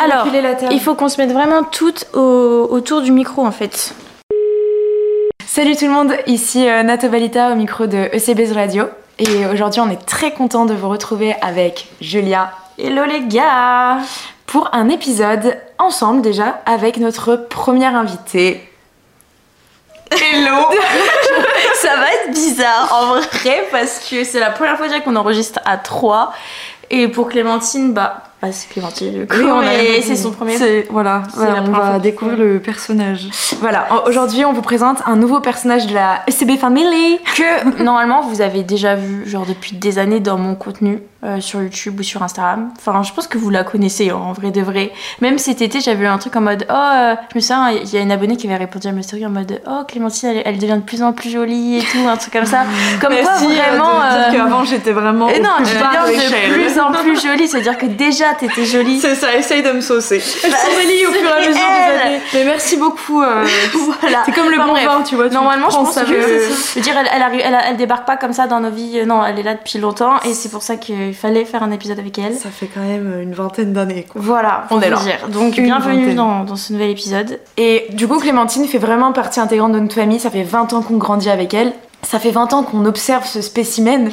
Alors, reculer la table. il faut qu'on se mette vraiment toutes autour du micro en fait. Salut tout le monde, ici Nato Balita au micro de ECBS Radio. Et aujourd'hui, on est très content de vous retrouver avec Julia. Hello les gars! Pour un épisode ensemble déjà avec notre première invitée. Hello! Ça va être bizarre en vrai parce que c'est la première fois déjà qu'on enregistre à 3. Et pour Clémentine, c'est Clémentine du coup, Oui, c'est son premier. Voilà, on va découvrir le personnage. Voilà, aujourd'hui on vous présente un nouveau personnage de la ECB Family que normalement vous avez déjà vu genre depuis des années dans mon contenu sur YouTube ou sur Instagram. Enfin, je pense que vous la connaissez en vrai de vrai. Même cet été, j'avais eu un truc en mode je me souviens, il y a une abonnée qui avait répondu à mes stories en mode Clémentine, elle devient de plus en plus jolie et tout, un truc comme ça. Comme merci, quoi vraiment. Dire qu'avant j'étais vraiment. Et non, tu deviens de plus en plus jolie, c'est-à-dire que déjà t'étais jolie. C'est ça, essaye de me saucer. Elle s'embellit au fur et à mesure des années. Mais merci beaucoup. Voilà. C'est comme le bon vin, tu vois. Normalement, je pense ça que. Je veux dire, elle débarque pas comme ça dans nos vies. Non, elle est là depuis longtemps et c'est pour ça qu'il fallait faire un épisode avec elle. Ça fait quand même une vingtaine d'années, quoi. Voilà, on est là. Donc, bienvenue dans ce nouvel épisode. Et du coup, Clémentine fait vraiment partie intégrante de notre famille. Ça fait 20 ans qu'on grandit avec elle. Ça fait 20 ans qu'on observe ce spécimen.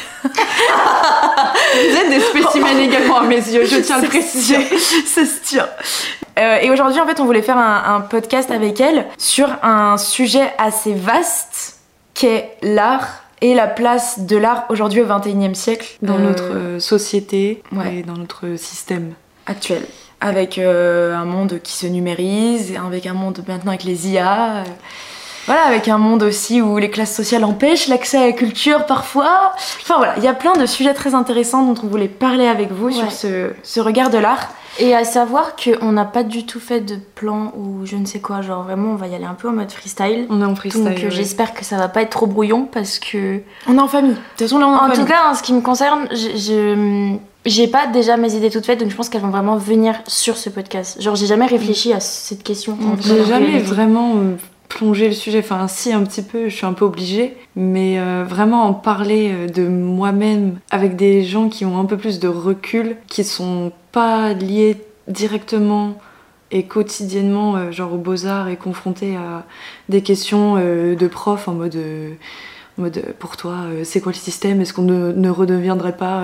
Vous êtes des spécimens également à mes yeux, je tiens à le préciser. Ça se tient. Et aujourd'hui, en fait, on voulait faire un podcast avec elle sur un sujet assez vaste qu'est l'art et la place de l'art aujourd'hui au XXIe siècle. Dans notre société ouais. Et dans notre système actuel. Avec un monde qui se numérise, avec un monde maintenant avec les IA... Voilà, avec un monde aussi où les classes sociales empêchent l'accès à la culture parfois. Enfin voilà, il y a plein de sujets très intéressants dont on voulait parler avec vous sur ce regard de l'art. Et à savoir qu'on n'a pas du tout fait de plan ou je ne sais quoi, genre vraiment on va y aller un peu en mode freestyle. On est en freestyle. Donc j'espère que ça va pas être trop brouillon parce que... On est en famille, de toute façon là on est en famille. En tout cas, en ce qui me concerne, j'ai pas déjà mes idées toutes faites, donc je pense qu'elles vont vraiment venir sur ce podcast. Genre j'ai jamais réfléchi à cette question. J'ai jamais vraiment... plonger le sujet, enfin si un petit peu, je suis un peu obligée, mais vraiment en parler de moi-même avec des gens qui ont un peu plus de recul, qui sont pas liés directement et quotidiennement genre aux Beaux-Arts et confrontés à des questions de profs en mode pour toi c'est quoi le système, est-ce qu'on ne redeviendrait pas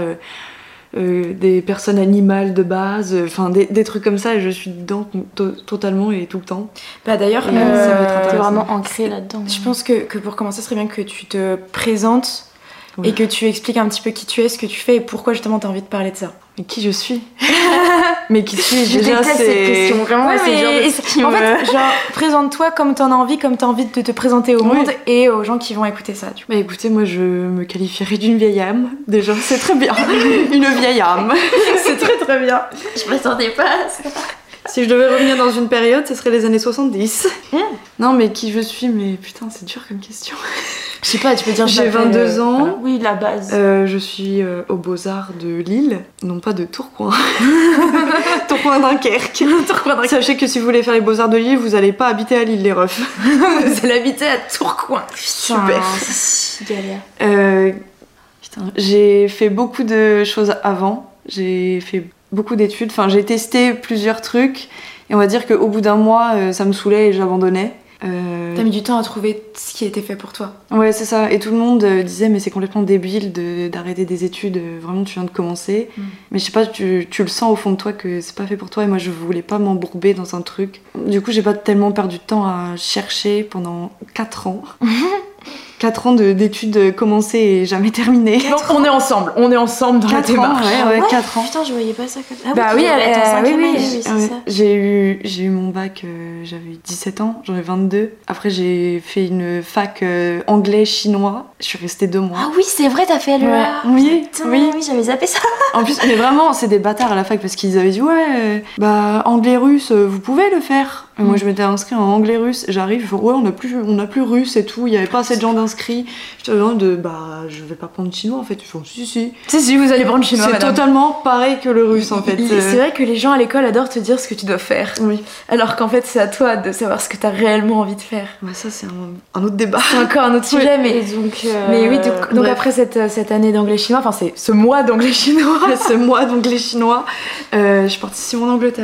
des personnes animales de base, enfin des trucs comme ça, et je suis dedans totalement et tout le temps. D'ailleurs, ça va être intéressant. T'es vraiment ancrée là-dedans. Je pense que pour commencer, ce serait bien que tu te présentes et que tu expliques un petit peu qui tu es, ce que tu fais et pourquoi justement t'as envie de parler de ça. Mais qui je suis? Mais qui suis-je? Déjà, c'est cette question. Vraiment, c'est en fait, genre, présente-toi comme t'en as envie, comme t'as envie de te présenter au monde et aux gens qui vont écouter ça. Bah écoutez, moi je me qualifierais d'une vieille âme. Déjà, c'est très bien. Une vieille âme. C'est très très bien. Je m'attendais pas à ça. Si je devais revenir dans une période, ce serait les années 70. Non, mais qui je suis? Mais putain, c'est dur comme question. Je sais pas, tu peux dire j'ai 22 ans. Voilà. Oui, la base. Je suis aux Beaux-Arts de Lille, non pas de Tourcoing. Tourcoing Dunkerque. Sachez que si vous voulez faire les Beaux-Arts de Lille, vous allez pas habiter à Lille, les refs. Vous allez habiter à Tourcoing. Super. C'est galère. Putain, j'ai fait beaucoup de choses avant. J'ai fait beaucoup d'études. Enfin, j'ai testé plusieurs trucs. Et on va dire qu'au bout d'un mois, ça me saoulait et j'abandonnais. T'as mis du temps à trouver ce qui a été fait pour toi. Ouais, c'est ça. Et tout le monde disait mais c'est complètement débile d'arrêter des études. Vraiment, tu viens de commencer. Mais je sais pas, tu le sens au fond de toi que c'est pas fait pour toi. Et moi, je voulais pas m'embourber dans un truc. Du coup, j'ai pas tellement perdu de temps à chercher pendant 4 ans. 4 ans d'études commencées et jamais terminées. Donc on est ensemble dans la démarche. Ouais, 4 ans. Putain, je voyais pas ça comme ça. Bah oui, elle est en 5e année. C'est ça. J'ai eu mon bac, j'avais 17 ans, j'en ai 22. Après, j'ai fait une fac anglais-chinois. Je suis restée 2 mois. Ah oui, c'est vrai, t'as fait LEA. Oui, putain, oui, j'avais zappé ça. En plus, mais vraiment, c'est des bâtards à la fac parce qu'ils avaient dit anglais-russe, vous pouvez le faire. Et moi, je m'étais inscrite en anglais-russe. J'arrive, on n'a plus russe et tout. Il y avait pas assez de gens d'inscrits. J'étais vraiment je vais pas prendre chinois en fait. Ils font si, vous allez prendre chinois. C'est madame. totalement pareil que le russe en fait. C'est vrai que les gens à l'école adorent te dire ce que tu dois faire. Oui. Alors qu'en fait, c'est à toi de savoir ce que t'as réellement envie de faire. Ouais, ça, c'est un autre débat. C'est encore un autre sujet, mais oui, donc après cette année d'anglais chinois, enfin, c'est ce mois d'anglais chinois. Ce mois d'anglais chinois, je suis partie 6 mois en Angleterre.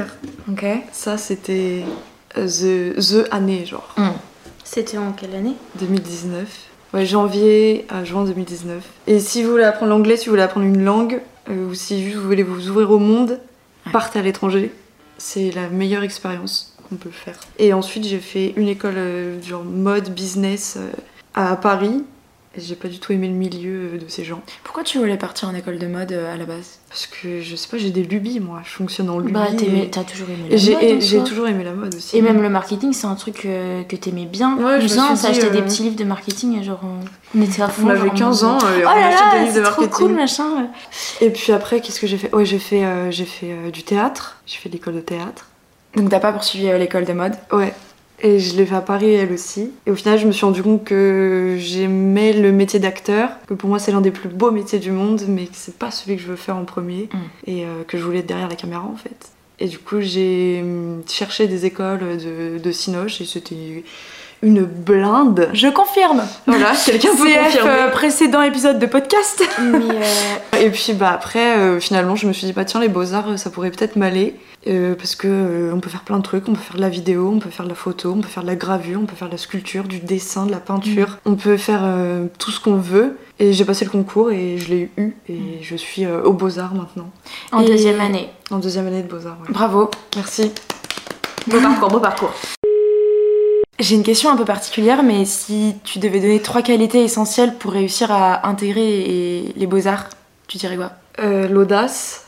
Ok. Ça, c'était the année, genre. C'était en quelle année? 2019. Ouais, janvier à juin 2019. Et si vous voulez apprendre l'anglais, si vous voulez apprendre une langue, ou si juste vous voulez vous ouvrir au monde, partez à l'étranger. C'est la meilleure expérience qu'on peut faire. Et ensuite, j'ai fait une école genre mode, business à Paris. Et j'ai pas du tout aimé le milieu de ces gens. Pourquoi tu voulais partir en école de mode à la base? Parce que je sais pas, j'ai des lubies moi, je fonctionne en lubies. Bah t'as toujours aimé la mode. Et j'ai toujours aimé la mode aussi. Et même le marketing, c'est un truc que t'aimais bien. Ouais, je me suis on dit, s'achetait des petits livres de marketing, genre on était à fond. On avait 15 ans, oh on là achetait là, des livres de c'est trop marketing. cool machin. Et puis après, qu'est-ce que j'ai fait? Ouais, j'ai fait du théâtre. J'ai fait l'école de théâtre. Donc t'as pas poursuivi l'école de mode? Ouais. Et je l'ai fait à Paris, elle aussi. Et au final, je me suis rendu compte que j'aimais le métier d'acteur, que pour moi c'est l'un des plus beaux métiers du monde, mais que c'est pas celui que je veux faire en premier, et que je voulais être derrière la caméra en fait. Et du coup, j'ai cherché des écoles de cinoche, et c'était une blinde. Je confirme. Voilà, quelqu'un peut confirmer. Précédent épisode de podcast. Et puis bah après, finalement, je me suis dit bah tiens, les beaux-arts, ça pourrait peut-être m'aller. Parce que on peut faire plein de trucs, on peut faire de la vidéo, on peut faire de la photo, on peut faire de la gravure, on peut faire de la sculpture, du dessin, de la peinture, on peut faire tout ce qu'on veut. Et j'ai passé le concours et je l'ai eu et je suis aux Beaux-Arts maintenant. En deuxième année. En deuxième année de Beaux-Arts, ouais. Bravo. Merci. Beau parcours. J'ai une question un peu particulière, mais si tu devais donner 3 qualités essentielles pour réussir à intégrer les Beaux-Arts, tu dirais quoi? L'audace,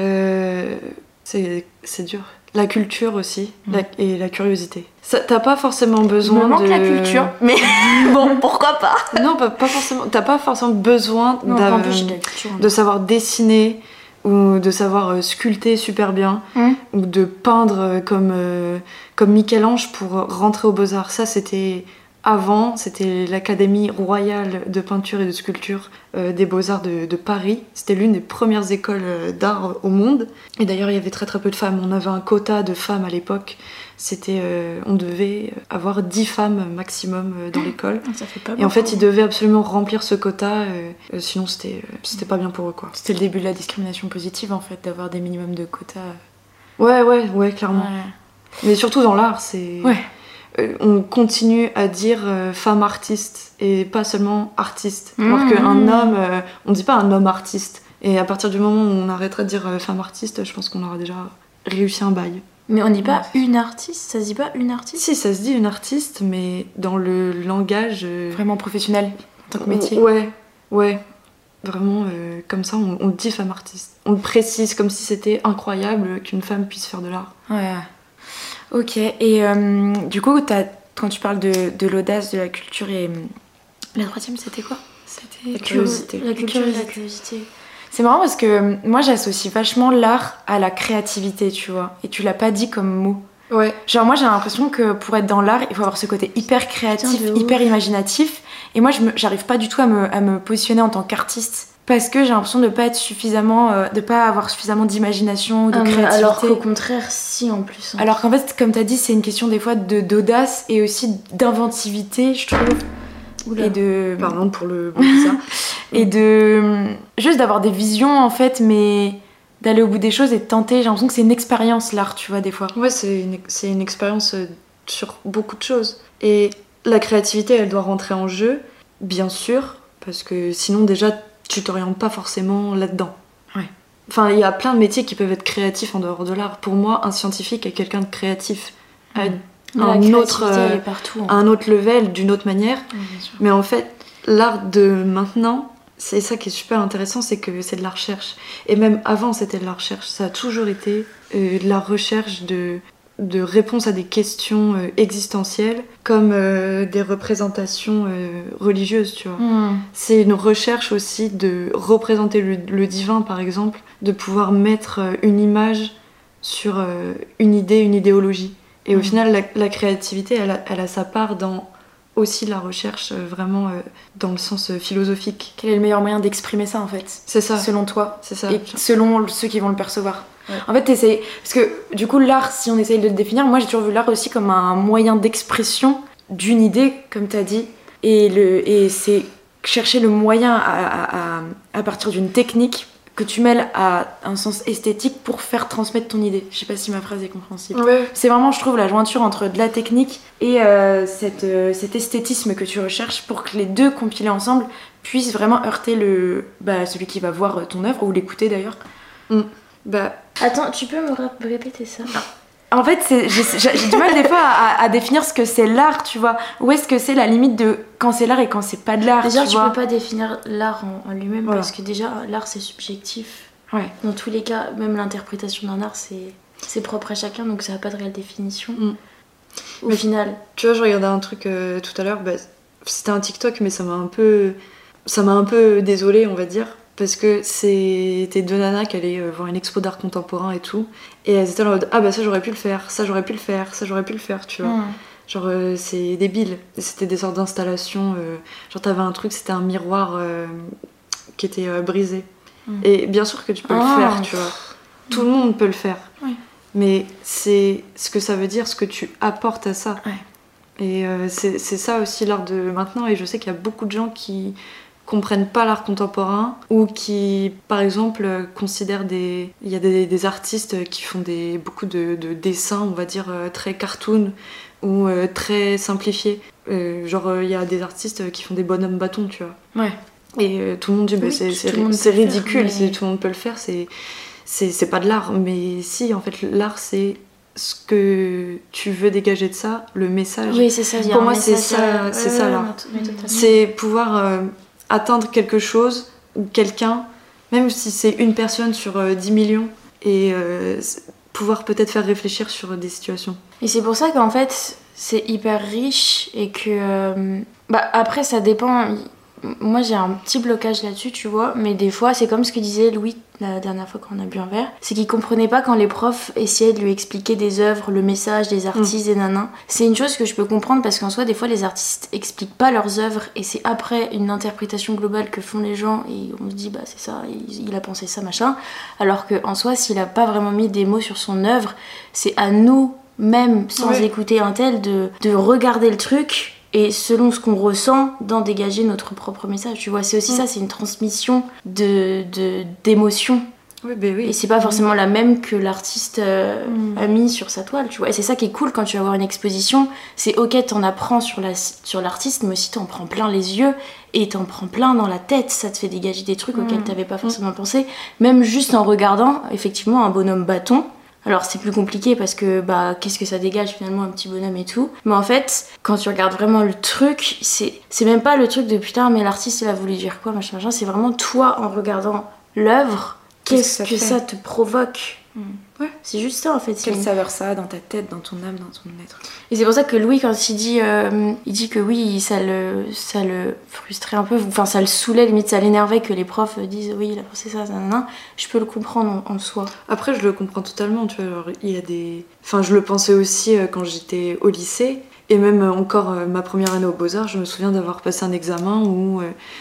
c'est dur. La culture aussi, et la curiosité. T'as pas forcément besoin Il me manque la culture, mais bon, pourquoi pas? Non, pas forcément. T'as pas forcément besoin en plus, j'ai de la culture, de savoir dessiner ou de savoir sculpter super bien ou de peindre comme Michel-Ange pour rentrer aux Beaux-Arts. Ça, c'était avant, c'était l'Académie royale de peinture et de sculpture des Beaux-Arts de Paris. C'était l'une des premières écoles d'art au monde. Et d'ailleurs, il y avait très très peu de femmes. On avait un quota de femmes à l'époque. On devait avoir 10 femmes maximum dans l'école. Ça fait pas et en fait, ils devaient absolument remplir ce quota, sinon c'était pas bien pour eux, quoi. C'était le début de la discrimination positive, en fait, d'avoir des minimums de quotas. Ouais, clairement. Ouais. Mais surtout dans l'art, c'est... Ouais. On continue à dire femme artiste et pas seulement artiste. Alors qu'un homme, on dit pas un homme artiste. Et à partir du moment où on arrêtera de dire femme artiste, je pense qu'on aura déjà réussi un bail. Mais on dit pas une artiste? Ça se dit pas une artiste? Si, ça se dit une artiste, mais dans le langage... Vraiment professionnel, en tant que métier. Ouais. Vraiment, comme ça, on dit femme artiste. On le précise comme si c'était incroyable qu'une femme puisse faire de l'art. Ouais. Ok, et du coup, quand tu parles de l'audace, de la culture et... La troisième, c'était quoi? C'était la curiosité. La culture et la curiosité. C'est marrant parce que moi, j'associe vachement l'art à la créativité, tu vois. Et tu l'as pas dit comme mot. Ouais. Genre, moi, j'ai l'impression que pour être dans l'art, il faut avoir ce côté hyper créatif, hyper imaginatif. Et moi, j'arrive pas du tout à me positionner en tant qu'artiste. Parce que j'ai l'impression de pas avoir suffisamment d'imagination ou de créativité. Alors qu'au contraire, si, en plus. Alors qu'en fait, comme t'as dit, c'est une question des fois d'audace et aussi d'inventivité, je trouve. Oula. Et de... Pardon pour le bon bizarre. Et de... Juste d'avoir des visions, en fait, mais d'aller au bout des choses et de tenter. J'ai l'impression que c'est une expérience, l'art, tu vois, des fois. Ouais, c'est une expérience sur beaucoup de choses. Et la créativité, elle doit rentrer en jeu, bien sûr, parce que sinon, déjà... tu t'orientes pas forcément là-dedans. Ouais. Enfin, il y a plein de métiers qui peuvent être créatifs en dehors de l'art. Pour moi, un scientifique est quelqu'un de créatif. À un autre level, d'une autre manière. Mais en fait, l'art de maintenant, c'est ça qui est super intéressant, c'est que c'est de la recherche. Et même avant, c'était de la recherche. Ça a toujours été de la recherche de réponses à des questions existentielles comme des représentations religieuses, tu vois. C'est une recherche aussi de représenter le divin, par exemple, de pouvoir mettre une image sur une idée, une idéologie. Et au final, la créativité, elle a sa part dans aussi la recherche vraiment dans le sens philosophique. Quel est le meilleur moyen d'exprimer ça, en fait? C'est ça. Selon toi. C'est ça. Et selon ceux qui vont le percevoir. Ouais. En fait, t'essayes... Parce que, du coup, l'art, si on essaye de le définir, moi, j'ai toujours vu l'art aussi comme un moyen d'expression d'une idée, comme t'as dit. Et c'est chercher le moyen à partir d'une technique que tu mêles à un sens esthétique pour faire transmettre ton idée. Je sais pas si ma phrase est compréhensible. Ouais. C'est vraiment, je trouve, la jointure entre de la technique et cet esthétisme que tu recherches pour que les deux compilés ensemble puissent vraiment heurter celui qui va voir ton œuvre ou l'écouter d'ailleurs. Attends, tu peux me répéter ça? En fait, j'ai du mal des fois à définir ce que c'est l'art, tu vois. Où est-ce que c'est la limite de quand c'est l'art et quand c'est pas de l'art, Déjà, tu tu vois. peux pas définir l'art en lui-même Voilà. parce que déjà, l'art c'est subjectif. Ouais. Dans tous les cas, même l'interprétation d'un art c'est propre à chacun donc ça n'a pas de réelle définition. Au final. Tu vois, je regardais un truc tout à l'heure, c'était un TikTok, mais ça m'a un peu désolée, on va dire. Parce que c'était deux nanas qui allaient voir une expo d'art contemporain et tout. Et elles étaient en mode ah bah ça j'aurais pu le faire, ça j'aurais pu le faire, ça j'aurais pu le faire, tu vois. Genre c'est débile. Et c'était des sortes d'installations. Genre t'avais un truc, c'était un miroir qui était brisé. Et bien sûr que tu peux le faire, tu vois. Tout le monde peut le faire. Oui. Mais c'est ce que ça veut dire, ce que tu apportes à ça. Ouais. Et c'est ça aussi l'art de maintenant. Et je sais qu'il y a beaucoup de gens qui comprennent pas l'art contemporain ou qui par exemple considèrent il y a des artistes qui font beaucoup de dessins, on va dire très cartoon ou très simplifiés, genre il y a des artistes qui font des bonhommes bâtons, tu vois, Ouais. et tout le monde dit Oui, tout le monde c'est peut le ridicule, faire, mais- tout le monde peut le faire, c'est pas de l'art. Mais si, en fait l'art c'est ce que tu veux dégager de ça, le message. Oui, c'est ça. il y a Pour un moi, c'est message, ça- c'est ça, l'art. mais totalement. C'est pouvoir atteindre quelque chose ou quelqu'un, même si c'est une personne sur 10 millions, et pouvoir peut-être faire réfléchir sur des situations. Et c'est pour ça qu'en fait, c'est hyper riche et que... après, ça dépend. Moi, j'ai un petit blocage là-dessus, tu vois. Mais des fois, c'est comme ce que disait Louis la dernière fois qu'on a bu un verre. C'est qu'il comprenait pas quand les profs essayaient de lui expliquer des œuvres, le message des artistes, des nanins. C'est une chose que je peux comprendre parce qu'en soi, des fois, les artistes expliquent pas leurs œuvres et c'est après une interprétation globale que font les gens et on se dit, bah c'est ça, il a pensé ça, machin. Alors qu'en soi, s'il a pas vraiment mis des mots sur son œuvre, c'est à nous, même sans écouter un tel, de regarder le truc et selon ce qu'on ressent, d'en dégager notre propre message. Tu vois, c'est aussi ça, c'est une transmission d'émotions. Oui, oui. Et c'est pas forcément la même que l'artiste a mis sur sa toile, tu vois. Et c'est ça qui est cool quand tu vas voir une exposition. C'est ok, t'en apprends sur l'artiste, mais aussi t'en prends plein les yeux et t'en prends plein dans la tête. Ça te fait dégager des trucs auxquels t'avais pas forcément pensé. Même juste en regardant, effectivement, un bonhomme bâton. Alors c'est plus compliqué parce que qu'est-ce que ça dégage finalement un petit bonhomme et tout. Mais en fait, quand tu regardes vraiment le truc, c'est même pas le truc de putain mais l'artiste il a voulu dire quoi machin machin, c'est vraiment toi en regardant l'œuvre, qu'est-ce que ça te provoque. Ouais. C'est juste ça en fait. Quelle saveur ça a dans ta tête, dans ton âme, dans ton être. Et c'est pour ça que Louis quand il dit que oui ça le frustrait un peu, enfin ça le saoulait, limite ça l'énervait que les profs disent oui il a pensé ça, je peux le comprendre en soi. Après je le comprends totalement, tu vois, genre, il y a des... Enfin je le pensais aussi quand j'étais au lycée, et même encore ma première année aux Beaux-Arts, je me souviens d'avoir passé un examen où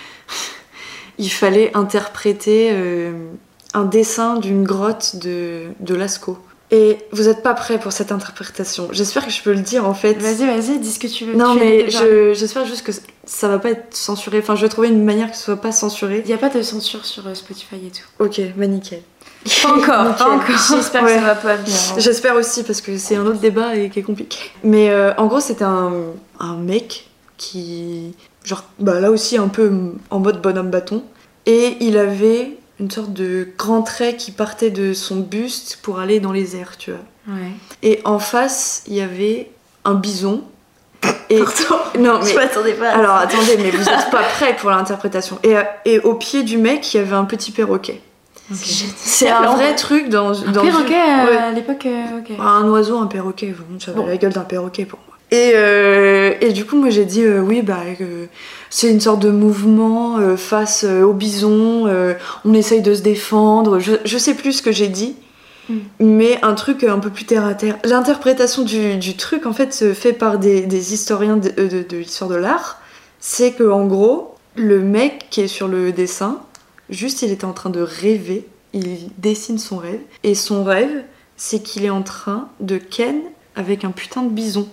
il fallait interpréter un dessin d'une grotte de Lascaux. Et vous êtes pas prêts pour cette interprétation. J'espère que je peux le dire en fait. Vas-y, dis ce que tu veux. Non mais j'espère juste que ça va pas être censuré. Enfin je vais trouver une manière que ce soit pas censuré. Il y a pas de censure sur Spotify et tout. Ok, nickel. Pas encore. J'espère que ça va pas venir. J'espère aussi parce que c'est un autre débat et qui est compliqué. Mais en gros c'était un mec qui... Genre là aussi un peu en mode bonhomme bâton. Et il avait une sorte de grand trait qui partait de son buste pour aller dans les airs, tu vois. Ouais. Et en face, il y avait un bison. Et... Pardon, non, mais... je m'attendais pas à ça. Alors attendez, mais vous êtes pas prêts pour l'interprétation. Et au pied du mec, il y avait un petit perroquet. Okay. C'est un vrai truc dans Un perroquet à l'époque, ok. Un oiseau, un perroquet, ça avait la gueule d'un perroquet pour moi. Et du coup, moi j'ai dit c'est une sorte de mouvement face au bison, on essaye de se défendre, je sais plus ce que j'ai dit, mais un truc un peu plus terre à terre. L'interprétation du truc en fait se fait par des historiens de l'histoire de l'art. C'est que en gros, le mec qui est sur le dessin, juste il était en train de rêver, il dessine son rêve, et son rêve c'est qu'il est en train de ken avec un putain de bison.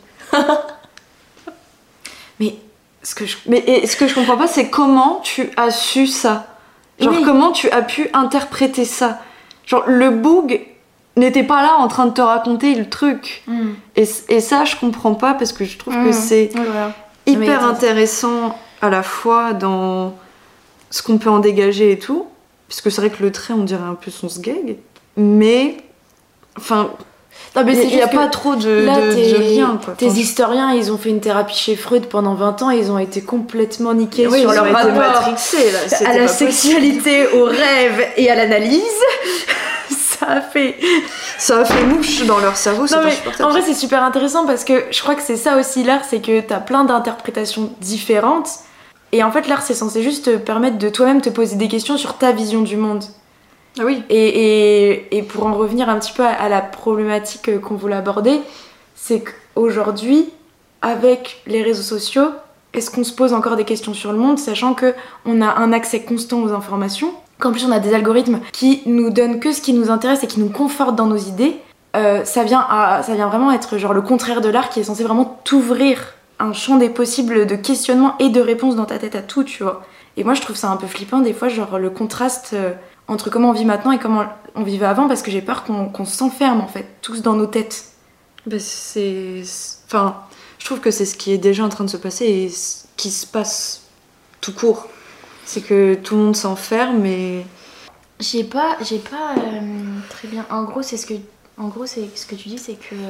Mais ce que je comprends pas, c'est comment tu as su ça. Genre, Oui. comment tu as pu interpréter ça? Genre, le boug n'était pas là en train de te raconter le truc. Et ça, je comprends pas parce que je trouve que c'est Voilà. hyper intéressant à la fois dans ce qu'on peut en dégager et tout. Puisque c'est vrai que le trait, on dirait un peu son sgeg. Mais, enfin, Non, mais il n'y a juste que pas trop de lien, quoi. Tes Enfin, historiens, ils ont fait une thérapie chez Freud pendant 20 ans et ils ont été complètement niqués oui, sur ils leur ont été rapport matrixés, là. C'était à pas la possible. sexualité, au rêve et à l'analyse. Ça a fait... Ça a fait mouche dans leur cerveau, c'est Non, mais insupportable. en vrai, c'est super intéressant parce que je crois que c'est ça aussi l'art, c'est que t'as plein d'interprétations différentes. Et en fait, l'art, c'est censé juste te permettre de toi-même te poser des questions sur ta vision du monde. Ah oui. Et pour en revenir un petit peu à la problématique qu'on voulait aborder, c'est qu'aujourd'hui, avec les réseaux sociaux, est-ce qu'on se pose encore des questions sur le monde, sachant qu'on a un accès constant aux informations, qu'en plus on a des algorithmes qui nous donnent que ce qui nous intéresse et qui nous confortent dans nos idées, ça vient vraiment être genre le contraire de l'art qui est censé vraiment t'ouvrir un champ des possibles de questionnement et de réponses dans ta tête à tout, tu vois. Et moi je trouve ça un peu flippant des fois, genre le contraste entre comment on vit maintenant et comment on vivait avant, parce que j'ai peur qu'on s'enferme en fait, tous dans nos têtes. Bah, enfin, je trouve que c'est ce qui est déjà en train de se passer et ce qui se passe tout court. C'est que tout le monde s'enferme et... J'ai pas très bien. En gros, c'est ce que tu dis, c'est que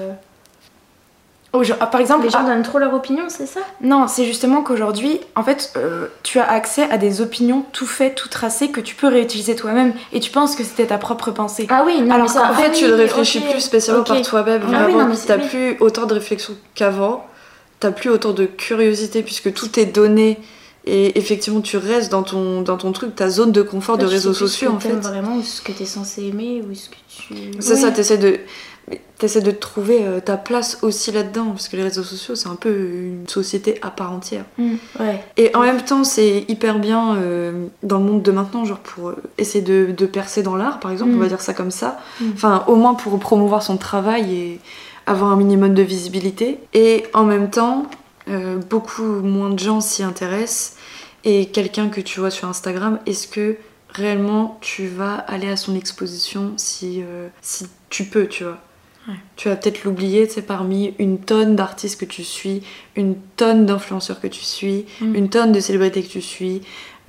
Par exemple, les gens donnent trop leur opinion, c'est ça? non, c'est justement qu'aujourd'hui, en fait, tu as accès à des opinions tout faites, tout tracées que tu peux réutiliser toi-même et tu penses que c'était ta propre pensée. Ah oui, non, Alors mais ça, En fait, tu ne réfléchis ok, plus spécialement ok. par toi-même. Ah oui, Vraiment, non, mais c'est- t'as oui. plus autant de réflexion qu'avant. T'as plus autant de curiosité puisque tout est donné. Et effectivement, tu restes dans ton truc, ta zone de confort de Toi, tu réseaux sais plus sociaux, ce en que t'aimes fait. vraiment, ou ce que t'es censé aimer, ou ce que tu. C'est Oui. ça, t'essaies de trouver ta place aussi là-dedans. Parce que les réseaux sociaux, c'est un peu une société à part entière. Ouais. Et en même temps, c'est hyper bien dans le monde de maintenant, genre pour essayer de percer dans l'art, par exemple, on va dire ça comme ça. Enfin, au moins pour promouvoir son travail et avoir un minimum de visibilité. Et en même temps, beaucoup moins de gens s'y intéressent. Et quelqu'un que tu vois sur Instagram, est-ce que réellement tu vas aller à son exposition si tu peux, tu vois? Ouais. Tu vas peut-être l'oublier, tu sais, parmi une tonne d'artistes que tu suis, une tonne d'influenceurs que tu suis, une tonne de célébrités que tu suis.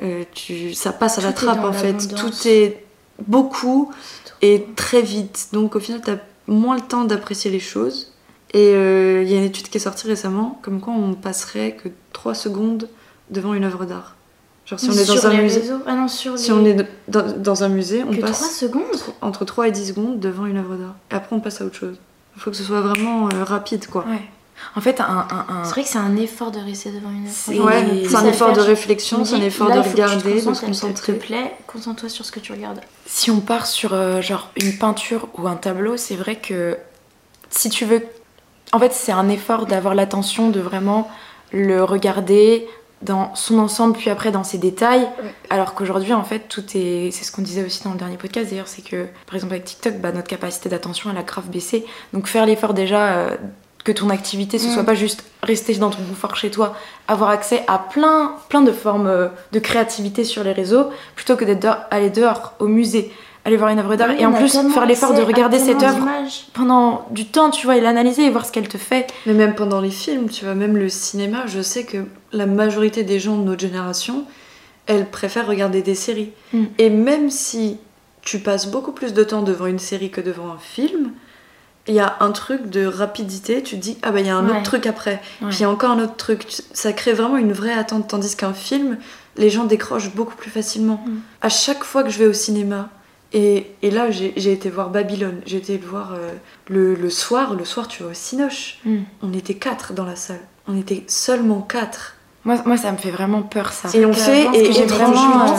Ça passe à la Tout est trappe dans en fait. l'abondance. Tout est beaucoup et très vite. Donc au final, t'as moins le temps d'apprécier les choses. Et il y a une étude qui est sortie récemment, comme quoi on passerait que 3 secondes devant une œuvre d'art. Genre si on est dans Sur un les musée. réseaux. Ah non, sur Si les. on est dans un musée, on Que 3 passe secondes? entre 3 et 10 secondes devant une œuvre d'art. Et après, on passe à autre chose. Il faut que ce soit vraiment rapide, quoi. Ouais. En fait, C'est vrai que c'est un effort de rester devant une œuvre. C'est- Ouais, Et c'est un ça effort fait- de je réflexion, me c'est un dis, effort là, de il faut que tu te regarder, de se concentres, concentrer. S'il te plaît, concentre-toi sur ce que tu regardes. si on part sur genre une peinture ou un tableau, c'est vrai que si tu veux... En fait, c'est un effort d'avoir l'attention de vraiment le regarder dans son ensemble, puis après dans ses détails. Ouais. Alors qu'aujourd'hui, en fait, tout est... C'est ce qu'on disait aussi dans le dernier podcast, d'ailleurs, c'est que, par exemple, avec TikTok, notre capacité d'attention, elle a grave baissé. Donc faire l'effort déjà... que ton activité, ce soit pas juste rester dans ton confort chez toi, avoir accès à plein de formes de créativité sur les réseaux, plutôt que aller dehors, au musée, aller voir une œuvre d'art, et en plus faire l'effort de regarder cette œuvre pendant du temps, tu vois, et l'analyser et voir ce qu'elle te fait. Mais même pendant les films, tu vois, même le cinéma, je sais que la majorité des gens de notre génération, elles préfèrent regarder des séries. Et même si tu passes beaucoup plus de temps devant une série que devant un film, il y a un truc de rapidité, tu te dis ah bah il y a un autre truc après, puis il y a encore un autre truc, ça crée vraiment une vraie attente, tandis qu'un film, les gens décrochent beaucoup plus facilement. À chaque fois que je vais au cinéma, et là j'ai été voir Babylone, j'ai été le voir le soir tu vas au Cinoche, on était 4 dans la salle, on était seulement 4. Moi ça me fait vraiment peur, ça. Et on fait, parce que j'ai vraiment...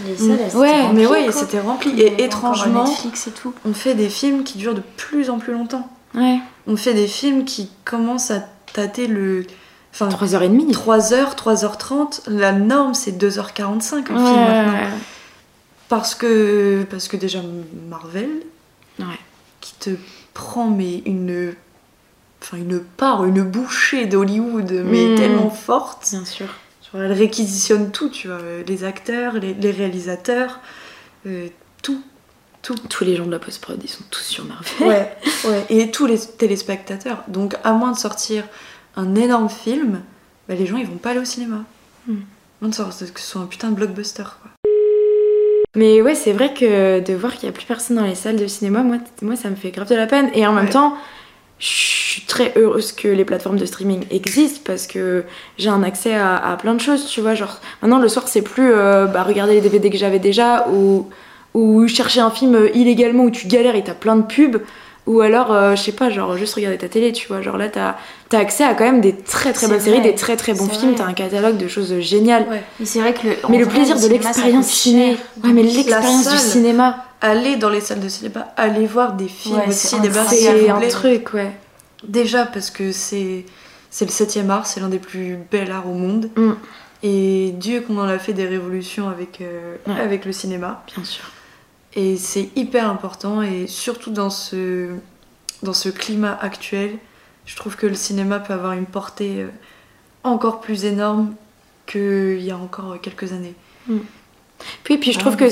C'était rempli. Et étrangement, Netflix et tout. on fait des films qui durent de plus en plus longtemps. Ouais. On fait des films qui commencent à tâter le... Enfin, 3h30. 3h, 3h30. La norme, c'est 2h45 un film maintenant. Parce que déjà, Marvel, qui te prend mais une bouchée d'Hollywood, mais tellement forte. Bien sûr. Genre, elle réquisitionne tout, tu vois, les acteurs, les réalisateurs, tout. Tous les gens de la post-prod, ils sont tous sur Marvel. Ouais, et tous les téléspectateurs. Donc, à moins de sortir un énorme film, bah, les gens ils vont pas aller au cinéma. À moins que ce soit un putain de blockbuster, quoi. Mais ouais, c'est vrai que de voir qu'il y a plus personne dans les salles de cinéma, moi ça me fait grave de la peine. Et en même temps, je suis très heureuse que les plateformes de streaming existent parce que j'ai un accès à plein de choses, tu vois. Genre, maintenant le soir, c'est plus regarder les DVD que j'avais déjà ou chercher un film illégalement où tu galères et t'as plein de pubs. Ou alors, je sais pas, genre juste regarder ta télé, tu vois. Genre là, t'as accès à quand même des très très bonnes séries, des très très bons films, t'as un catalogue de choses géniales. Ouais. Et c'est vrai que mais le plaisir de l'expérience ciné. Ouais, mais l'expérience du cinéma. Aller dans les salles de cinéma, aller voir des films au cinéma, c'est un truc, ouais. Déjà parce que c'est le 7e art, c'est l'un des plus bels arts au monde. Et Dieu qu'on en a fait des révolutions avec le cinéma. Bien sûr. Et c'est hyper important, et surtout dans ce climat actuel, je trouve que le cinéma peut avoir une portée encore plus énorme qu'il y a encore quelques années. Puis je trouve que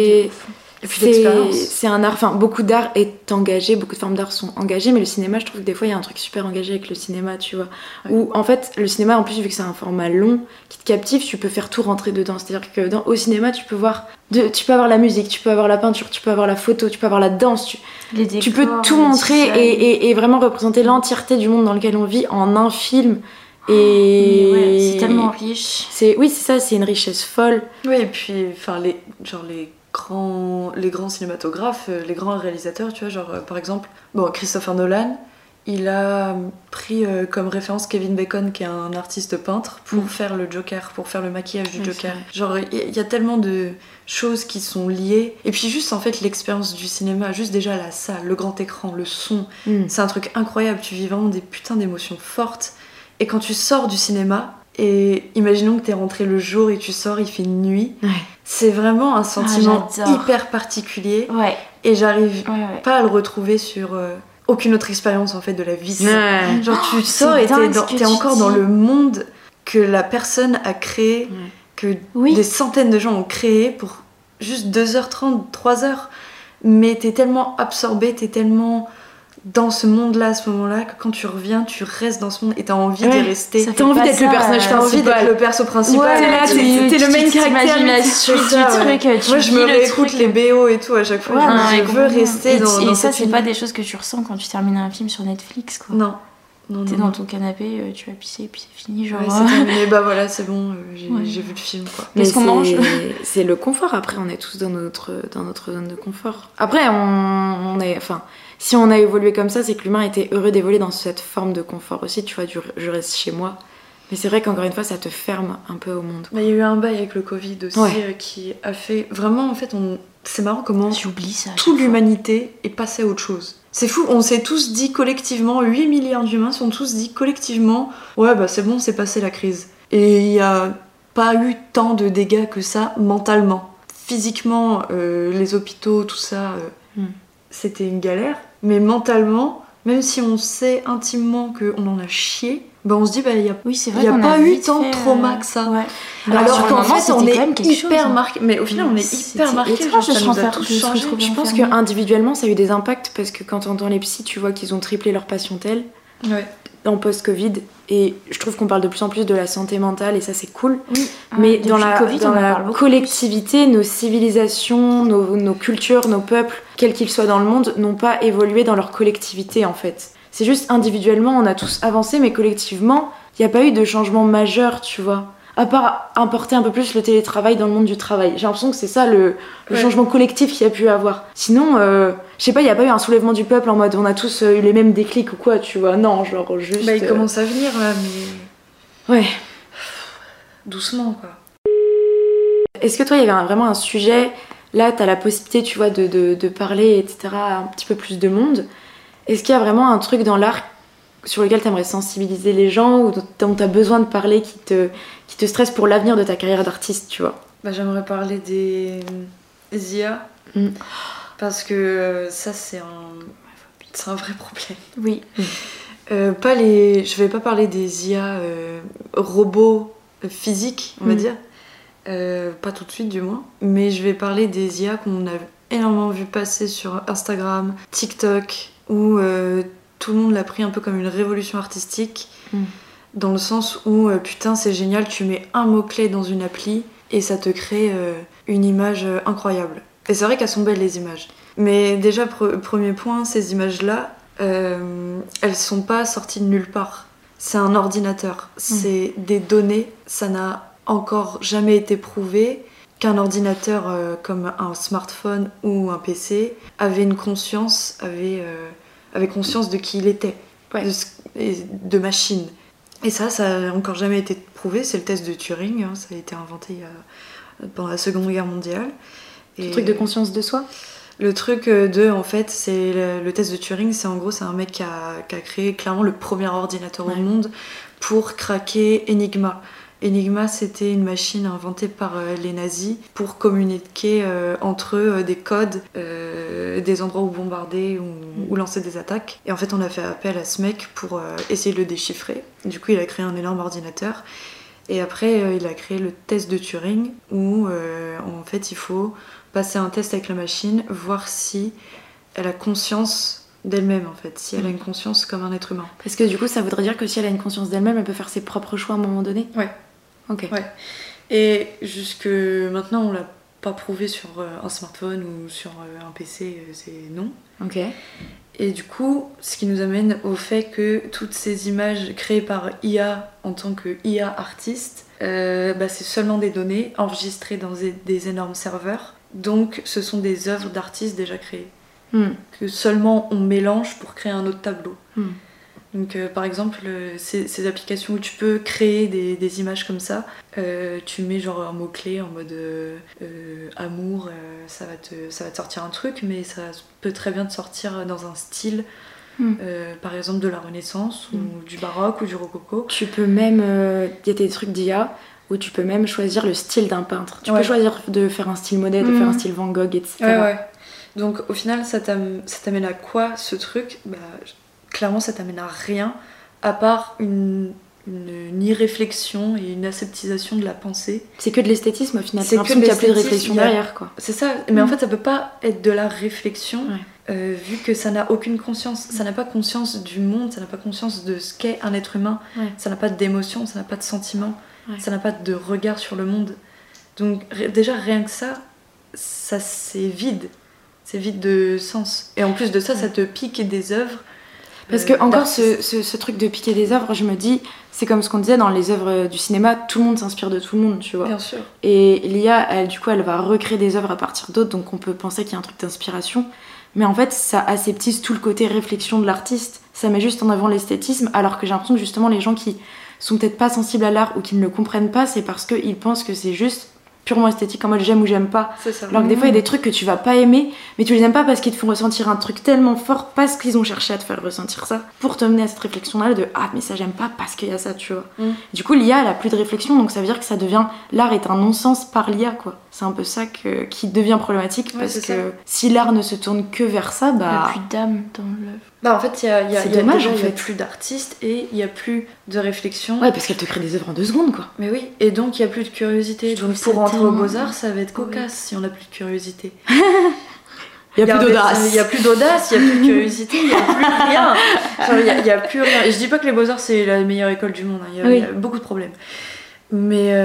c'est un art, enfin beaucoup d'art est engagé, beaucoup de formes d'art sont engagées, mais le cinéma, je trouve que des fois il y a un truc super engagé avec le cinéma, tu vois. Où en fait le cinéma, en plus vu que c'est un format long qui te captive, tu peux faire tout rentrer dedans. C'est-à-dire que au cinéma tu peux avoir la musique, tu peux avoir la peinture, tu peux avoir la photo, tu peux avoir la danse, tu peux tout montrer et vraiment représenter l'entièreté du monde dans lequel on vit en un film. Et c'est tellement riche. C'est ça, c'est une richesse folle. Oui, et puis enfin les grands cinématographes, les grands réalisateurs, tu vois, genre par exemple, Christopher Nolan, il a pris comme référence Kevin Bacon, qui est un artiste peintre, pour faire le Joker, pour faire le maquillage du Joker. Genre il y a tellement de choses qui sont liées. Et puis juste en fait l'expérience du cinéma, juste déjà la salle, le grand écran, le son, c'est un truc incroyable. Tu vis vraiment des putains d'émotions fortes. Et quand tu sors du cinéma, et imaginons que t'es rentré le jour et tu sors, il fait nuit. C'est vraiment un sentiment hyper particulier. Et j'arrive pas à le retrouver sur aucune autre expérience en fait de la vie. Genre tu sors et t'es encore dans le monde que la personne a créé, que des centaines de gens ont créé pour juste 2h30, 3h. Mais t'es tellement absorbé, t'es tellement dans ce monde-là, à ce moment-là, que quand tu reviens, tu restes dans ce monde et t'as envie d'y rester. T'as envie d'être le personnage principal. T'as envie d'être le perso principal. T'es là, t'es le main caractère. La suite du truc. Moi, je me réécoute les BO et tout à chaque fois. Je veux rester dans et ça, c'est pas des choses que tu ressens quand tu termines un film sur Netflix, quoi. Non. T'es dans ton canapé, tu vas pisser et puis c'est fini, genre. C'est terminé, voilà, c'est bon, j'ai vu le film, quoi. Mais qu'est-ce qu'on mange? C'est le confort. Après, on est tous dans notre zone de confort. Après, on est, enfin, si on a évolué comme ça, c'est que l'humain était heureux d'évoluer dans cette forme de confort aussi. Tu vois, je reste chez moi. Mais c'est vrai qu'encore une fois, ça te ferme un peu au monde. Il y a eu un bail avec le Covid aussi qui a fait vraiment, en fait, c'est marrant comment toute l'humanité est passée à autre chose. C'est fou, on s'est tous dit collectivement, 8 milliards d'humains sont tous dit collectivement, ouais c'est bon, c'est passé la crise. Et il n'y a pas eu tant de dégâts que ça mentalement. Physiquement, les hôpitaux, tout ça, c'était une galère. Mais mentalement, même si on sait intimement qu'on en a chié, on se dit, il n'y a pas eu tant de trauma que ça. Alors qu'en fait, on est hyper marqué. Mais au final, on est hyper marqué. Ça nous a tous changé. Je pense qu'individuellement, ça a eu des impacts parce que quand t'entends les psys, tu vois qu'ils ont triplé leur patientèle en post-Covid. Et je trouve qu'on parle de plus en plus de la santé mentale et ça, c'est cool. Mais dans la collectivité, nos civilisations, nos cultures, nos peuples, quels qu'ils soient dans le monde, n'ont pas évolué dans leur collectivité en fait. C'est juste individuellement, on a tous avancé, mais collectivement, il n'y a pas eu de changement majeur, tu vois. À part importer un peu plus le télétravail dans le monde du travail. J'ai l'impression que c'est ça le changement collectif qu'il y a pu avoir. Sinon, je sais pas, il n'y a pas eu un soulèvement du peuple en mode on a tous eu les mêmes déclics ou quoi, tu vois. Non, genre juste... il commence à venir là, mais... Ouais. Doucement, quoi. Est-ce que toi, il y avait vraiment un sujet, là, t'as la possibilité, tu vois, de parler, etc., à un petit peu plus de monde. Est-ce qu'il y a vraiment un truc dans l'art sur lequel tu aimerais sensibiliser les gens ou dont tu as besoin de parler qui te stresse pour l'avenir de ta carrière d'artiste, tu vois? J'aimerais parler des IA parce que ça c'est un vrai problème. Oui. Je vais pas parler des IA robots physiques, on va dire. Pas tout de suite du moins. Mais je vais parler des IA qu'on a énormément vu passer sur Instagram, TikTok, où tout le monde l'a pris un peu comme une révolution artistique. Dans le sens où, putain, c'est génial, tu mets un mot-clé dans une appli et ça te crée une image incroyable. Et c'est vrai qu'elles sont belles, les images. Mais déjà, premier point, ces images-là, elles sont pas sorties de nulle part. C'est un ordinateur, c'est des données, ça n'a encore jamais été prouvé qu'un ordinateur comme un smartphone ou un PC avait une conscience, avait conscience de qui il était, de machine. Et ça n'a encore jamais été prouvé, c'est le test de Turing, ça a été inventé pendant la Seconde Guerre mondiale. Le truc de conscience de soi ? Le truc en fait, c'est le test de Turing, c'est en gros, c'est un mec qui a créé clairement le premier ordinateur au monde pour craquer Enigma. Enigma, c'était une machine inventée par les nazis pour communiquer entre eux des codes, des endroits où bombarder ou lancer des attaques. Et en fait, on a fait appel à ce mec pour essayer de le déchiffrer. Du coup, il a créé un énorme ordinateur. Et après, il a créé le test de Turing où, en fait, il faut passer un test avec la machine, voir si elle a conscience d'elle-même, en fait, si elle a une conscience comme un être humain. Parce que du coup, ça voudrait dire que si elle a une conscience d'elle-même, elle peut faire ses propres choix à un moment donné ? Ouais. Ok. Ouais. Et jusque maintenant, on l'a pas prouvé sur un smartphone ou sur un PC, c'est non. Ok. Et du coup, ce qui nous amène au fait que toutes ces images créées par IA en tant que IA artiste, c'est seulement des données enregistrées dans des énormes serveurs. Donc, ce sont des œuvres d'artistes déjà créées. Que seulement on mélange pour créer un autre tableau. Donc par exemple, ces applications où tu peux créer des images comme ça, tu mets genre un mot-clé en mode amour, ça va te sortir un truc, mais ça peut très bien te sortir dans un style, par exemple de la Renaissance, ou du baroque, ou du rococo. Tu peux même, il y a des trucs d'IA où tu peux même choisir le style d'un peintre. Tu peux choisir de faire un style Monet, de faire un style Van Gogh, etc. Ouais. Donc au final, ça t'amène à quoi ce truc ? Clairement, ça t'amène à rien, à part une irréflexion et une aseptisation de la pensée. C'est que de l'esthétisme au final, c'est l'impression qu'il n'y a plus de réflexion derrière, quoi. C'est ça, mais en fait, ça peut pas être de la réflexion, vu que ça n'a aucune conscience. Ça n'a pas conscience du monde, ça n'a pas conscience de ce qu'est un être humain, ça n'a pas d'émotion, ça n'a pas de sentiment, ça n'a pas de regard sur le monde. Donc déjà, rien que ça c'est vide. C'est vide de sens. Et en plus de ça, ça te pique des œuvres. Parce que encore ce truc de piquer des œuvres, je me dis, c'est comme ce qu'on disait dans les œuvres du cinéma, tout le monde s'inspire de tout le monde, tu vois. Bien sûr. Et l'IA, elle va recréer des œuvres à partir d'autres, donc on peut penser qu'il y a un truc d'inspiration. Mais en fait, ça aseptise tout le côté réflexion de l'artiste. Ça met juste en avant l'esthétisme, alors que j'ai l'impression que justement les gens qui sont peut-être pas sensibles à l'art ou qui ne le comprennent pas, c'est parce qu'ils pensent que c'est juste purement esthétique, en mode j'aime ou j'aime pas. C'est ça. Alors que des fois il y a des trucs que tu vas pas aimer, mais tu les aimes pas parce qu'ils te font ressentir un truc tellement fort, parce qu'ils ont cherché à te faire ressentir ça, pour te mener à cette réflexion là de mais ça j'aime pas parce qu'il y a ça, tu vois. Du coup l'IA elle a plus de réflexion, donc ça veut dire que ça devient, l'art est un non-sens par l'IA, quoi. C'est un peu ça qui devient problématique, parce que si l'art ne se tourne que vers ça, il n'y a plus d'âme dans l'œuvre. En fait, il y a dommage, il y a plus d'artistes et il y a plus de réflexion. Ouais, parce qu'elle te crée des œuvres en 2 secondes, quoi. Mais oui, et donc il y a plus de curiosité. Donc pour rentrer aux Beaux-Arts, ça va être cocasse si on a plus de curiosité. Il y a plus d'audace. Il y a plus d'audace, il y a plus de curiosité, il y a plus rien. Genre, il y a plus rien. Et je dis pas que les Beaux-Arts c'est la meilleure école du monde, hein. Il y a beaucoup de problèmes. Mais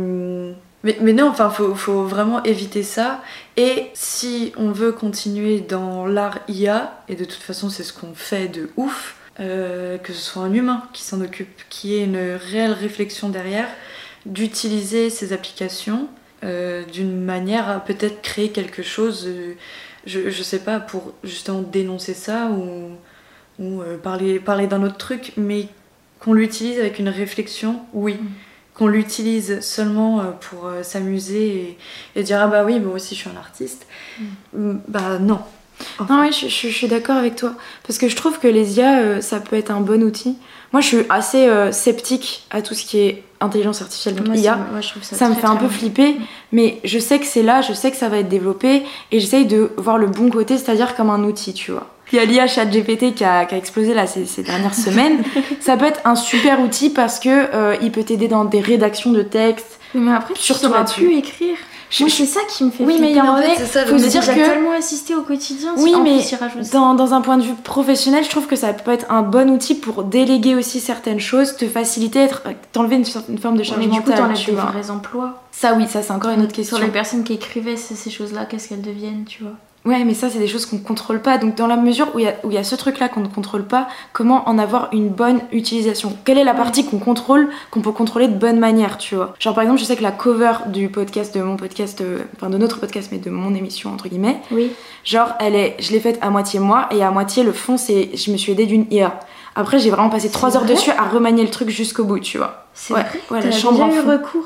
non, enfin, faut vraiment éviter ça. Et si on veut continuer dans l'art IA, et de toute façon c'est ce qu'on fait de ouf, que ce soit un humain qui s'en occupe, qui ait une réelle réflexion derrière, d'utiliser ces applications d'une manière à peut-être créer quelque chose, je sais pas, pour justement dénoncer ça ou parler d'un autre truc, mais qu'on l'utilise avec une réflexion, oui. Qu'on l'utilise seulement pour s'amuser et dire ah bah oui, moi aussi je suis un artiste. Bah non. Enfin, Non, oui, je suis d'accord avec toi. Parce que je trouve que les IA, ça peut être un bon outil. Moi, je suis assez sceptique à tout ce qui est intelligence artificielle, donc Moi, IA. moi, je trouve ça Ça me très, fait un très peu mal. flipper, mais je sais que c'est là, je sais que ça va être développé, et j'essaye de voir le bon côté, c'est-à-dire comme un outil, tu vois. Il y a l'IA ChatGPT qui a explosé là ces dernières semaines. Ça peut être un super outil parce que il peut t'aider dans des rédactions de textes. Oui, mais après, tu Surtout sauras là-dessus. plus écrire. Moi, c'est ça qui me fait Oui, mais flipper. en en fait, fait, c'est ça, faut le se dire dire que que tellement assisté au quotidien. oui, en mais plus, il rajoute ça. dans un point de vue professionnel, je trouve que ça peut être un bon outil pour déléguer aussi certaines choses, te faciliter, t'enlever une forme de charge Mais du coup, mentale, t'enlèves tu des vois. vrais emplois. Ça, oui, ça, c'est encore une autre question. Sur les personnes qui écrivaient ces choses-là, qu'est-ce qu'elles deviennent, tu vois. Ouais, mais ça, c'est des choses qu'on contrôle pas. Donc, dans la mesure où il y a ce truc-là qu'on ne contrôle pas, comment en avoir une bonne utilisation? Quelle est la partie qu'on contrôle, qu'on peut contrôler de bonne manière, tu vois? Genre, par exemple, je sais que la cover du podcast, de mon podcast, enfin de notre podcast, mais de mon émission, entre guillemets, Oui. genre, je l'ai faite à moitié moi, et à moitié le fond, je me suis aidée d'une IA. Après, j'ai vraiment passé 3 heures vrai dessus à remanier le truc jusqu'au bout, tu vois. C'est Ouais, vrai. ouais, T'as la chambre déjà en eu fond. recours.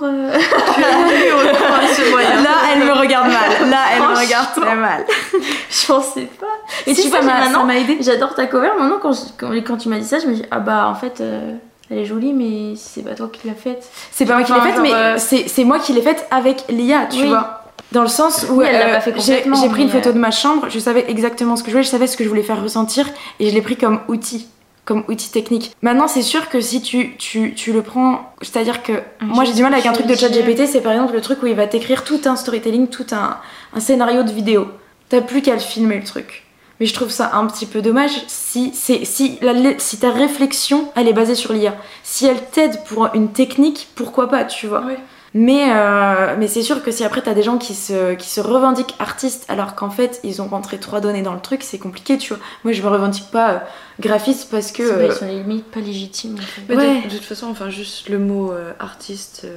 Là, elle me regarde mal. Là, elle me Franchement. regarde très mal. Je pensais pas. Et Si, tu ça vois, m'a maintenant, aidé. j'adore ta cover. Maintenant, quand tu m'as dit ça, je me dis, ah bah en fait, elle est jolie, mais c'est pas toi qui l'as faite. C'est pas moi qui l'ai Enfin, faite, genre, mais c'est moi qui l'ai faite avec l'IA, tu Oui. vois. Dans le sens où Oui, elle l'a pas fait j'ai complètement, pris une mais, photo de ma chambre, je savais exactement ce que je voulais, je savais ce que je voulais faire ressentir, et je l'ai pris comme outil technique. Maintenant, c'est sûr que si tu le prends, c'est-à-dire que moi j'ai du mal avec un truc de ChatGPT, c'est par exemple le truc où il va t'écrire tout un storytelling, tout un scénario de vidéo. T'as plus qu'à le filmer le truc. Mais je trouve ça un petit peu dommage si ta réflexion elle est basée sur l'IA. Si elle t'aide pour une technique, pourquoi pas, tu vois. Oui. Mais c'est sûr que si après t'as des gens qui se revendiquent artistes alors qu'en fait ils ont rentré 3 données dans le truc, c'est compliqué, tu vois. Moi je me revendique pas graphiste parce que. Ils sont limite pas légitimes. En fait. mais Ouais. de toute façon, enfin, juste le mot artiste,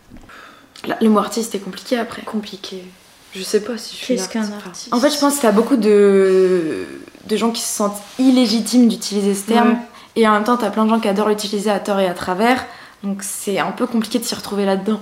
Le mot artiste est compliqué après. compliqué. Je sais pas si je suis Qu'est-ce qu'un artiste. Enfin, artiste En fait, je pense que t'as beaucoup de gens qui se sentent illégitimes d'utiliser ce terme. Ouais. Et en même temps, t'as plein de gens qui adorent l'utiliser à tort et à travers. Donc c'est un peu compliqué de s'y retrouver là-dedans.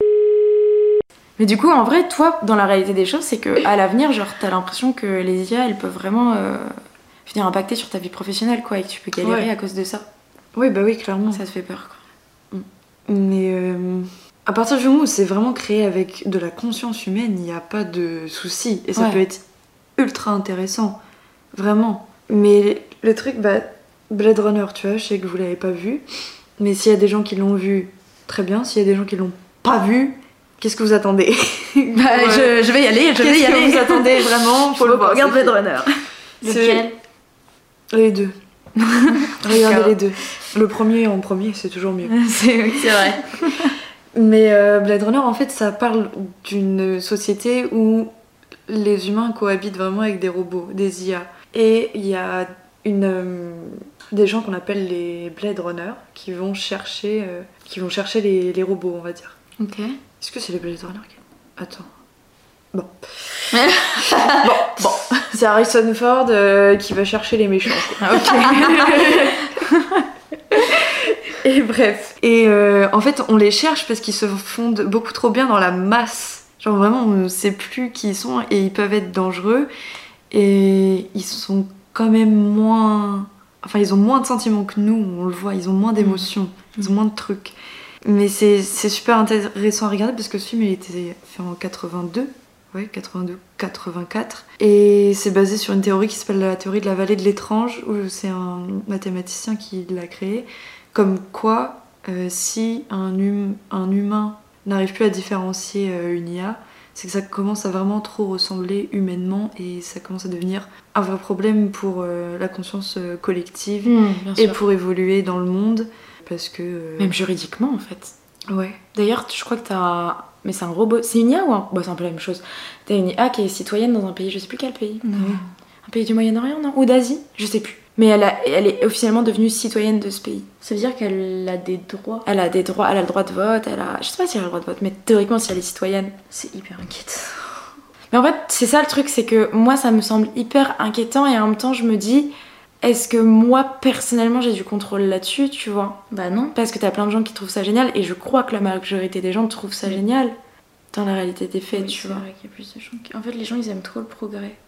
Mais du coup, en vrai, toi, dans la réalité des choses, c'est que à l'avenir, genre, t'as l'impression que les IA, elles peuvent vraiment venir impacter sur ta vie professionnelle, quoi, et que tu peux galérer Ouais. à cause de ça. Oui, bah oui, clairement. Ça te fait peur, quoi. Mais à partir du moment où c'est vraiment créé avec de la conscience humaine, il n'y a pas de souci. Et ça Ouais. peut être ultra intéressant. Vraiment. Mais le truc, bah, Blade Runner, tu vois, je sais que vous l'avez pas vu. Mais s'il y a des gens qui l'ont vu, très bien. S'il y a des gens qui l'ont pas vu, qu'est-ce que vous attendez? Bah, je vais y aller, je vais y Qu'est-ce que aller. vous attendez vraiment? Faut le voir. Regarde c'est Blade Runner. Lequel Les deux. Regardez les deux. Le premier en premier, c'est toujours mieux. C'est vrai. Mais Blade Runner, en fait, ça parle d'une société où les humains cohabitent vraiment avec des robots, des IA. Et il y a des gens qu'on appelle les Blade Runners qui vont chercher les robots, on va dire. Ok. Est-ce que c'est les Blade Runners Attends. Bon. Bon. C'est Harrison Ford qui va chercher les méchants. quoi. Et bref. Et en fait, on les cherche parce qu'ils se fondent beaucoup trop bien dans la masse. Genre vraiment, on ne sait plus qui ils sont et ils peuvent être dangereux. Et ils sont quand même moins... Enfin, ils ont moins de sentiments que nous, on le voit. Ils ont moins d'émotions, ils ont moins de trucs. Mais c'est super intéressant à regarder parce que ce film, il était fait en 82. Ouais, 82, 84. Et c'est basé sur une théorie qui s'appelle la théorie de la vallée de l'étrange, où c'est un mathématicien qui l'a créée. Comme quoi, si un humain n'arrive plus à différencier une IA, c'est que ça commence à vraiment trop ressembler humainement et ça commence à devenir un vrai problème pour la conscience collective Bien et sûr. pour évoluer dans le monde. Parce que... Même juridiquement, en fait. Ouais. D'ailleurs, je crois que t'as... Mais c'est un robot... C'est une IA ou un... Bah, c'est un peu la même chose. T'as une IA qui est citoyenne dans un pays, je sais plus quel pays. Un pays du Moyen-Orient, non? Ou d'Asie? Je sais plus. Mais elle est officiellement devenue citoyenne de ce pays. Ça veut dire qu'elle a des droits. Elle a des droits, elle a le droit de vote, je sais pas si elle a le droit de vote, mais théoriquement si elle est citoyenne. C'est hyper inquiétant. Mais en fait, c'est ça le truc, c'est que moi ça me semble hyper inquiétant et en même temps je me dis, est-ce que moi personnellement j'ai du contrôle là-dessus, tu vois? Bah non. Parce que t'as plein de gens qui trouvent ça génial et je crois que la majorité des gens trouvent ça génial dans la réalité des faits, Oui, tu c'est vois. vrai qu'il y a plus de gens qui... En fait, les gens, ils aiment trop le progrès.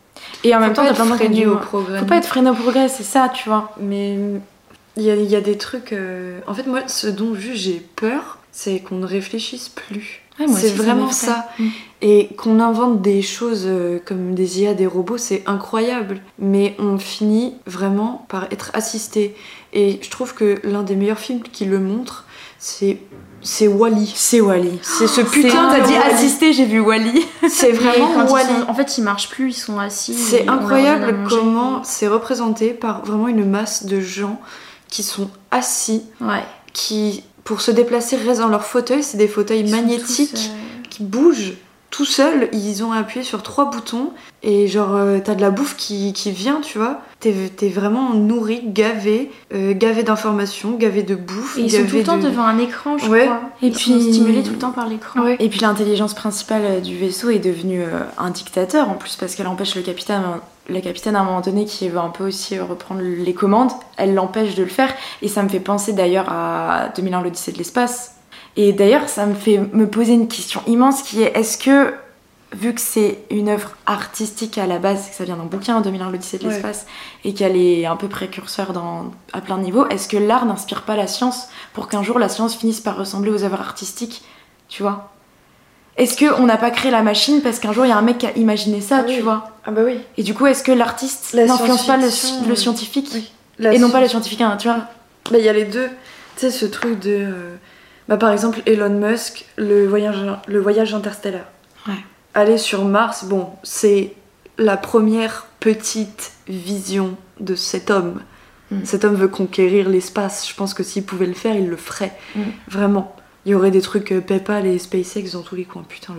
Et en même Faut temps, pas t'as être plein de gens qui freiné disent, au progrès. faut pas être freiné au progrès, c'est ça, tu vois. Mais il y a des trucs. En fait, moi, ce dont juste j'ai peur, c'est qu'on ne réfléchisse plus. Ouais, moi c'est aussi, ça vraiment m'effraie. ça. Et qu'on invente des choses comme des IA, des robots, c'est incroyable. Mais on finit vraiment par être assisté. Et je trouve que l'un des meilleurs films qui le montre, c'est Wall-E. C'est Wall-E. C'est ce Putain, putain t'as de dit Wall-E. assister, j'ai vu Wall-E. C'est vraiment Quand ils Wall-E. sont- En fait, ils marchent plus, ils sont assis. C'est et on leur incroyable donne à manger. comment c'est représenté par vraiment une masse de gens qui sont assis, Ouais. qui, pour se déplacer, restent dans leur fauteuil. C'est des fauteuils Ils sont magnétiques tous, qui bougent tout seuls. Ils ont appuyé sur 3 boutons et genre t'as de la bouffe qui vient, tu vois. T'es vraiment nourri, gavé d'informations, gavé de bouffe. Et ils sont tout gavé le temps de... devant un écran, je Ouais. crois. Et Ils puis- sont stimulés tout le temps par l'écran. Ouais. Et puis l'intelligence principale du vaisseau est devenue un dictateur en plus parce qu'elle empêche le capitaine à un moment donné qui veut un peu aussi reprendre les commandes, elle l'empêche de le faire et ça me fait penser d'ailleurs à 2001 l'Odyssée de l'espace. Et d'ailleurs ça me fait me poser une question immense qui est que vu que c'est une œuvre artistique à la base, que ça vient d'un bouquin 2001 l'Odyssée de l'espace et qu'elle est un peu précurseur à plein de niveaux, est-ce que l'art n'inspire pas la science pour qu'un jour la science finisse par ressembler aux œuvres artistiques, tu vois? Est-ce qu'on n'a pas créé la machine parce qu'un jour il y a un mec qui a imaginé ça, Oui. tu vois? Ah bah oui. Et du coup, est-ce que l'artiste La n'influence pas science-fiction, le scientifique Oui. et non pas le scientifique, hein, tu vois? Bah, il y a les deux. Tu sais, ce truc de. Bah, par exemple, Elon Musk, le voyage interstellaire. Ouais. Aller sur Mars, bon, c'est la première petite vision de cet homme. Cet homme veut conquérir l'espace. Je pense que s'il pouvait le faire, il le ferait. Vraiment. Il y aurait des trucs PayPal et SpaceX dans tous les coins. Putain,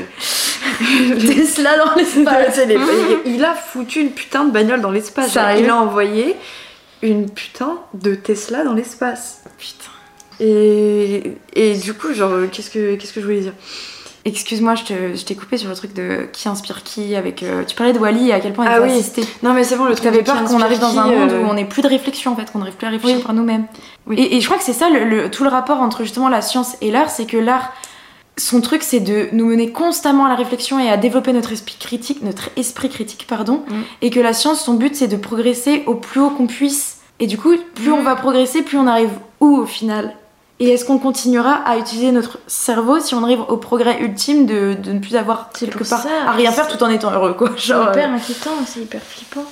Tesla dans l'espace. Il a foutu une putain de bagnole dans l'espace. Sérieux ? Il a envoyé une putain de Tesla dans l'espace. Putain. Et du coup, genre, qu'est-ce que je voulais dire ? Excuse-moi, je t'ai coupé sur le truc de qui inspire qui avec. Tu parlais de Wall-E et à quel point il Ah était oui. assisté. Non, mais c'est bon, le truc T'avais de qui peur qu'on inspire arrive dans un qui, monde où on n'ait plus de réflexion en fait, qu'on n'arrive plus à réfléchir Oui. par nous-mêmes. Oui. Et je crois que c'est ça tout le rapport entre justement la science et l'art, c'est que l'art, son truc c'est de nous mener constamment à la réflexion et à développer notre esprit critique, et que la science, son but c'est de progresser au plus haut qu'on puisse. Et du coup, plus on va progresser, plus on arrive où au final ? Et est-ce qu'on continuera à utiliser notre cerveau si on arrive au progrès ultime de ne plus avoir C'est quelque pour part ça, à rien faire tout en étant heureux quoi. C'est Genre, hyper inquiétant, c'est hyper flippant.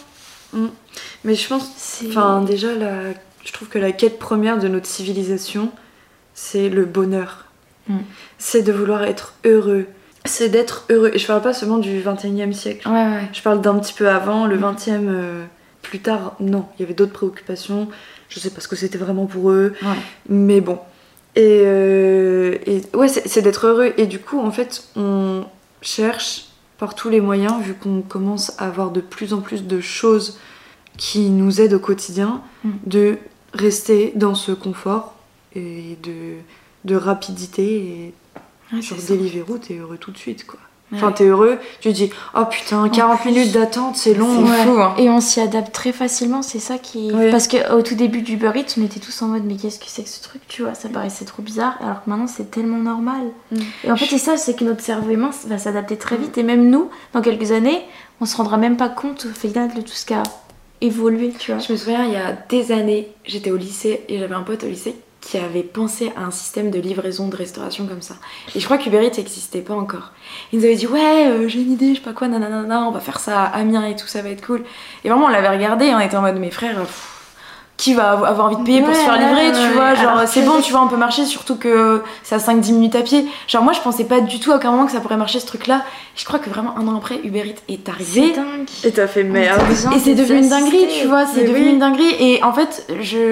Mais je pense, enfin, déjà, je trouve que la quête première de notre civilisation, c'est le bonheur. C'est de vouloir être heureux. C'est d'être heureux. Et je parle pas seulement du 21e siècle. ouais. Je parle d'un petit peu avant, le 20e, plus tard, non. Il y avait d'autres préoccupations. Je sais pas ce que c'était vraiment pour eux. Ouais. Mais bon. Et ouais, c'est d'être heureux. Et du coup, en fait, on cherche par tous les moyens, vu qu'on commence à avoir de plus en plus de choses qui nous aident au quotidien, de rester dans ce confort et de rapidité. Et sur Deliveroo, t'es heureux tout de suite, quoi. Enfin, t'es heureux, tu te dis, oh putain, 40 minutes d'attente, c'est long. C'est fou, hein. Et on s'y adapte très facilement, c'est ça qui... Oui. Parce qu'au tout début d'Uber Eats, on était tous en mode, mais qu'est-ce que c'est que ce truc, tu vois, ça paraissait trop bizarre, alors que maintenant c'est tellement normal. Et en fait, c'est ça, c'est que notre cerveau humain va s'adapter très vite, et même nous, dans quelques années, on se rendra même pas compte au final de tout ce qui a évolué, tu vois. Je me souviens, il y a des années, j'étais au lycée et j'avais un pote au lycée qui avait pensé à un système de livraison de restauration comme ça. Et je crois qu'Uber Eats n'existait pas encore. Il nous avait dit ouais, j'ai une idée, je sais pas quoi, nanana, on va faire ça à Amiens et tout, ça va être cool. Et vraiment, on l'avait regardé et on était en mode mes frères, qui va avoir envie de payer pour se faire livrer, tu vois, genre alors c'est bon, tu vois, on peut marcher, surtout que c'est à 5-10 minutes à pied. Genre moi, je pensais pas du tout à aucun moment que ça pourrait marcher ce truc-là. Je crois que vraiment un an après, Uber Eats est arrivé. C'est dingue. Et t'as fait merde. Et c'est devenu une dinguerie, tu vois, c'est Mais devenu oui. une dinguerie. Et en fait,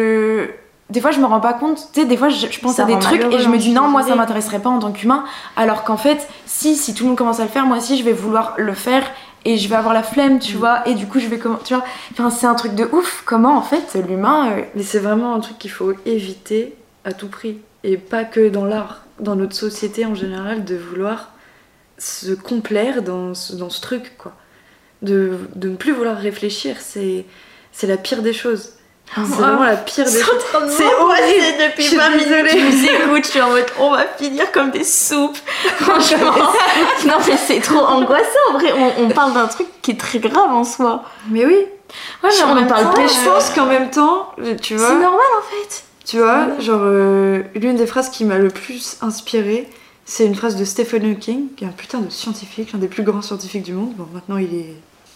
des fois, je me rends pas compte, tu sais, des fois, je pense Ça à des rend trucs et malheureux, je me hein, dis je non, suis moi, ça désolée. m'intéresserait pas en tant qu'humain. Alors qu'en fait, si tout le monde commence à le faire, moi aussi, je vais vouloir le faire et je vais avoir la flemme, tu vois. Et du coup, je vais tu vois, enfin, c'est un truc de ouf. Comment, en fait, l'humain. Mais c'est vraiment un truc qu'il faut éviter à tout prix. Et pas que dans l'art, dans notre société en général, de vouloir se complaire dans ce truc, quoi. De ne plus vouloir réfléchir, c'est la pire des choses. C'est vraiment la pire des choses. C'est horrible depuis 20 minutes. Tu nous écoutes, je suis en mode on va finir comme des soupes. Franchement. Non mais c'est trop angoissant en vrai. On parle d'un truc qui est très grave en soi. Mais oui. Ouais, mais on en parle Mais je pense qu'en même temps, tu vois. C'est normal en fait. Tu vois, genre, l'une des phrases qui m'a le plus inspirée, c'est une phrase de Stephen Hawking, qui est un putain de scientifique, l'un des plus grands scientifiques du monde. Bon, maintenant il est.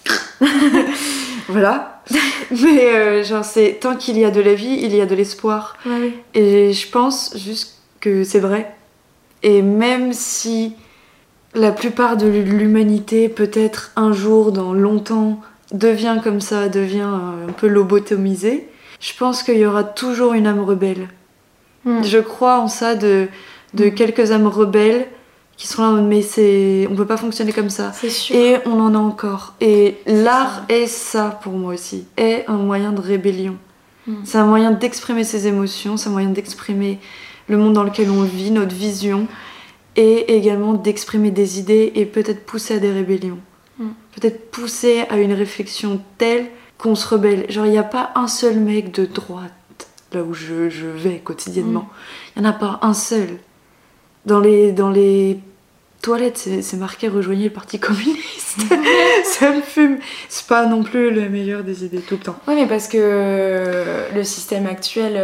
Voilà. Mais genre, c'est tant qu'il y a de la vie, il y a de l'espoir. Ouais. Et je pense juste que c'est vrai. Et même si la plupart de l'humanité, peut-être un jour, dans longtemps, devient comme ça, devient un peu lobotomisée, je pense qu'il y aura toujours une âme rebelle. Je crois en ça de quelques âmes rebelles qui seront là en mode mais on peut pas fonctionner comme ça. C'est sûr. Et on en a encore. Et l'art est ça pour moi aussi, est un moyen de rébellion. C'est un moyen d'exprimer ses émotions, c'est un moyen d'exprimer le monde dans lequel on vit, notre vision, et également d'exprimer des idées et peut-être pousser à des rébellions. Peut-être pousser à une réflexion telle qu'on se rebelle. Genre, il n'y a pas un seul mec de droite, là où je vais quotidiennement. Il n'y en a pas un seul. Dans les toilettes, c'est marqué « Rejoignez le Parti communiste ». Ça me fume. C'est pas non plus la meilleure des idées tout le temps. Ouais, mais parce que le système actuel,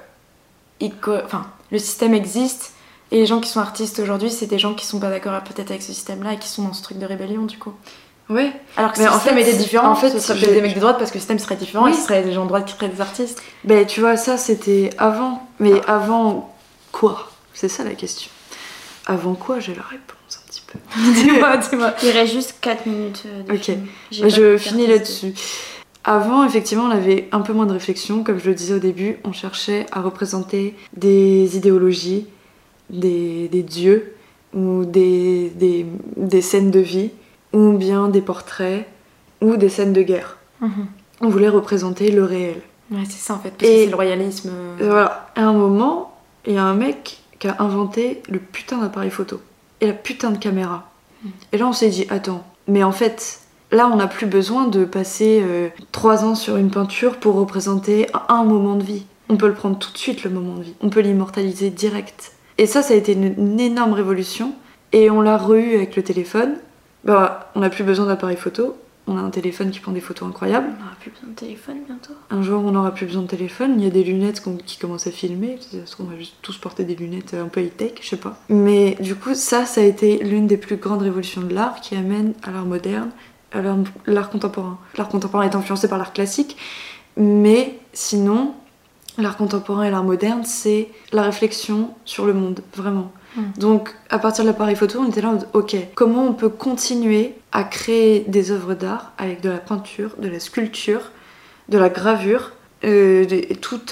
le système existe, et les gens qui sont artistes aujourd'hui, c'est des gens qui sont pas d'accord peut-être avec ce système-là et qui sont dans ce truc de rébellion du coup. Ouais. Alors que si le système était différent, ce serait peut-être des mecs de droite parce que le système serait différent et ce serait des gens de droite qui seraient des artistes. Ben tu vois, ça c'était avant. Mais avant quoi? C'est ça la question. Avant quoi? J'ai la réponse un petit peu. Dis-moi. Il reste juste 4 minutes de Ok. film. Je finis là-dessus. Avant, effectivement, on avait un peu moins de réflexion. Comme je le disais au début, on cherchait à représenter des idéologies, des dieux ou des scènes de vie, ou bien des portraits, ou des scènes de guerre. On voulait représenter le réel. Ouais, c'est ça en fait, parce que c'est le royalisme. Voilà. À un moment, il y a un mec qui a inventé le putain d'appareil photo et la putain de caméra. Et là, on s'est dit, attends, mais en fait, là, on n'a plus besoin de passer 3 ans sur une peinture pour représenter un moment de vie. On peut le prendre tout de suite, le moment de vie. On peut l'immortaliser direct. Et ça a été une énorme révolution. Et on l'a re-eu avec le téléphone. Bah, on n'a plus besoin d'appareil photo. On a un téléphone qui prend des photos incroyables. On n'aura plus besoin de téléphone bientôt. Un jour, on n'aura plus besoin de téléphone. Il y a des lunettes qui commencent à filmer. Parce qu'on va juste tous porter des lunettes un peu high-tech, je sais pas. Mais du coup, ça a été l'une des plus grandes révolutions de l'art qui amène à l'art moderne, à l'art contemporain. L'art contemporain est influencé par l'art classique. Mais sinon, l'art contemporain et l'art moderne, c'est la réflexion sur le monde, vraiment. Donc, à partir de l'appareil photo, on était là en mode, ok, comment on peut continuer à créer des œuvres d'art avec de la peinture, de la sculpture, de la gravure, tout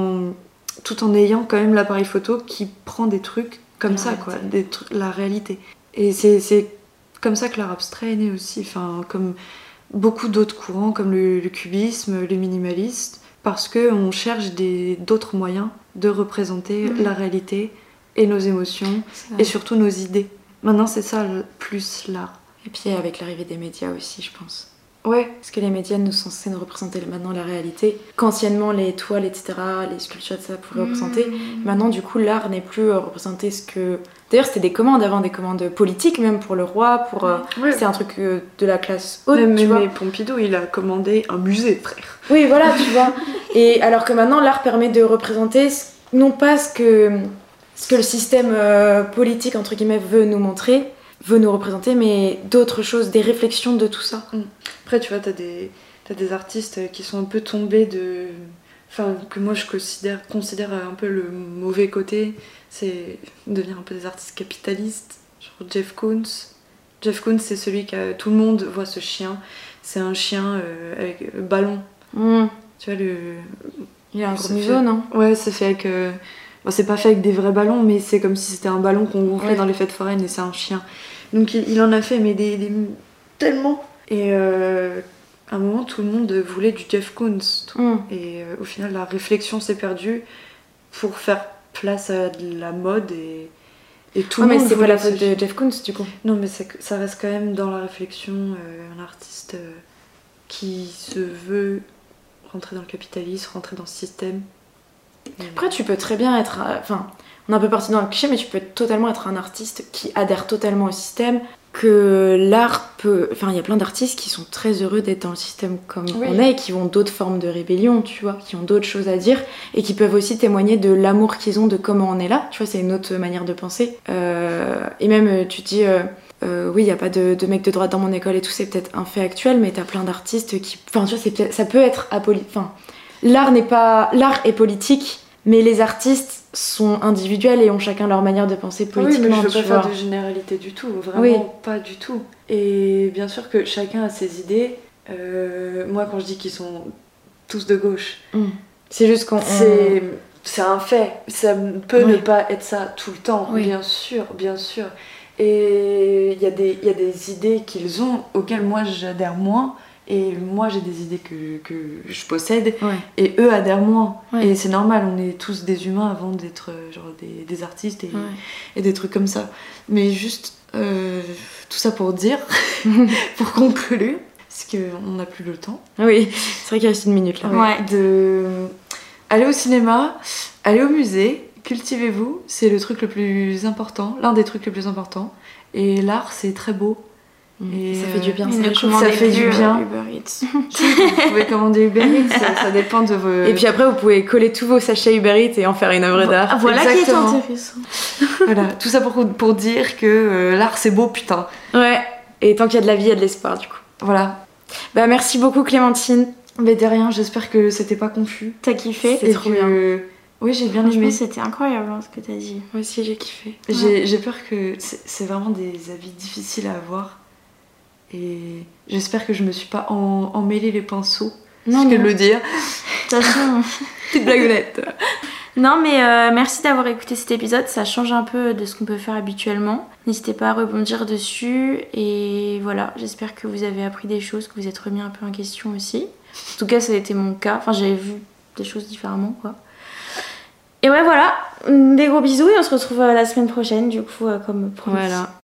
en ayant quand même l'appareil photo qui prend des trucs comme ça, quoi, la réalité. Et c'est comme ça que l'art abstrait est né aussi, enfin, comme beaucoup d'autres courants, comme le cubisme, le minimalisme, parce qu'on cherche d'autres moyens de représenter la réalité et nos émotions, et surtout nos idées. Maintenant, c'est ça plus l'art. Et puis avec l'arrivée des médias aussi, je pense. Ouais. Parce que les médias nous sont censés nous représenter maintenant la réalité. Qu'anciennement, les toiles, etc., les sculptures, ça pourrait représenter. Maintenant, du coup, l'art n'est plus représenté ce que... D'ailleurs, c'était des commandes avant, des commandes politiques, même pour le roi, pour... C'est un truc de la classe haute, tu vois. Mais Pompidou, il a commandé un musée, frère. Oui, voilà, tu vois. Et alors que maintenant, l'art permet de représenter, non pas ce que le système politique, entre guillemets, veut nous montrer, veut nous représenter, mais d'autres choses, des réflexions de tout ça. Après, tu vois, t'as des artistes qui sont un peu tombés de... Enfin, que moi je considère un peu le mauvais côté, c'est devenir un peu des artistes capitalistes, genre Jeff Koons. Jeff Koons, c'est celui tout le monde voit ce chien, c'est un chien avec ballon. Tu vois, il a un gros museau, non? Ouais, c'est fait avec... Bon, c'est pas fait avec des vrais ballons, mais c'est comme si c'était un ballon qu'on gonflait dans les fêtes foraines et c'est un chien. Donc il en a fait, mais tellement. Et à un moment, tout le monde voulait du Jeff Koons. Et au final, la réflexion s'est perdue pour faire place à de la mode et tout le monde. Mais c'est pas la faute de Jeff Koons, du coup. Non, mais ça reste quand même dans la réflexion un artiste qui se veut rentrer dans le capitalisme, rentrer dans ce système. Après, tu peux très bien être... Enfin, on est un peu parti dans le cliché, mais tu peux totalement être un artiste qui adhère totalement au système, que l'art peut... Enfin, il y a plein d'artistes qui sont très heureux d'être dans le système comme on est, et qui ont d'autres formes de rébellion, tu vois, qui ont d'autres choses à dire, et qui peuvent aussi témoigner de l'amour qu'ils ont de comment on est là, tu vois, c'est une autre manière de penser. Et même, tu dis... oui, il n'y a pas de mecs de droite dans mon école et tout, c'est peut-être un fait actuel, mais t'as plein d'artistes qui... Enfin, tu vois, ça peut être apolitique. Enfin, l'art est politique, mais les artistes sont individuels et ont chacun leur manière de penser politiquement. Oui, mais je veux tu pas vois. faire de généralité du tout, vraiment pas du tout. Et bien sûr que chacun a ses idées. Moi, quand je dis qu'ils sont tous de gauche, c'est juste qu'on... C'est un fait. Ça peut ne pas être ça tout le temps, bien sûr. Et il y a des idées qu'ils ont auxquelles moi j'adhère moins. Et moi j'ai des idées que je possède et eux adhèrent moins. Et c'est normal, on est tous des humains avant d'être genre des artistes et des trucs comme ça. Mais juste tout ça pour dire, pour conclure, parce qu'on n'a plus le temps. Oui, c'est vrai qu'il reste 1 minute là. Aller au cinéma, aller au musée, cultivez-vous, c'est le truc le plus important, l'un des trucs les plus importants. Et l'art c'est très beau. Et ça fait du bien, ça fait du bien. Uber Eats. Vous pouvez commander Uber Eats, ça dépend de vos... Et puis après, vous pouvez coller tous vos sachets Uber Eats et en faire une œuvre d'art. Voilà. Exactement. Qui est intéressant. Voilà, tout ça pour dire que l'art c'est beau, putain. Ouais, et tant qu'il y a de la vie, il y a de l'espoir du coup. Voilà. Bah merci beaucoup Clémentine. Mais de rien, j'espère que c'était pas confus. T'as kiffé? C'est trop bien. Oui, j'ai bien aimé. C'était incroyable ce que t'as dit. Moi aussi j'ai kiffé. J'ai peur que... C'est vraiment des avis difficiles à avoir. Et j'espère que je me suis pas emmêlé les pinceaux. Non, que de le dire. De toute façon... Petite blagounette. Non mais merci d'avoir écouté cet épisode, ça change un peu de ce qu'on peut faire habituellement. N'hésitez pas à rebondir dessus et voilà, j'espère que vous avez appris des choses, que vous êtes remis un peu en question aussi. En tout cas ça a été mon cas, enfin j'avais vu des choses différemment quoi. Et ouais voilà, des gros bisous et on se retrouve la semaine prochaine du coup comme promis. Voilà.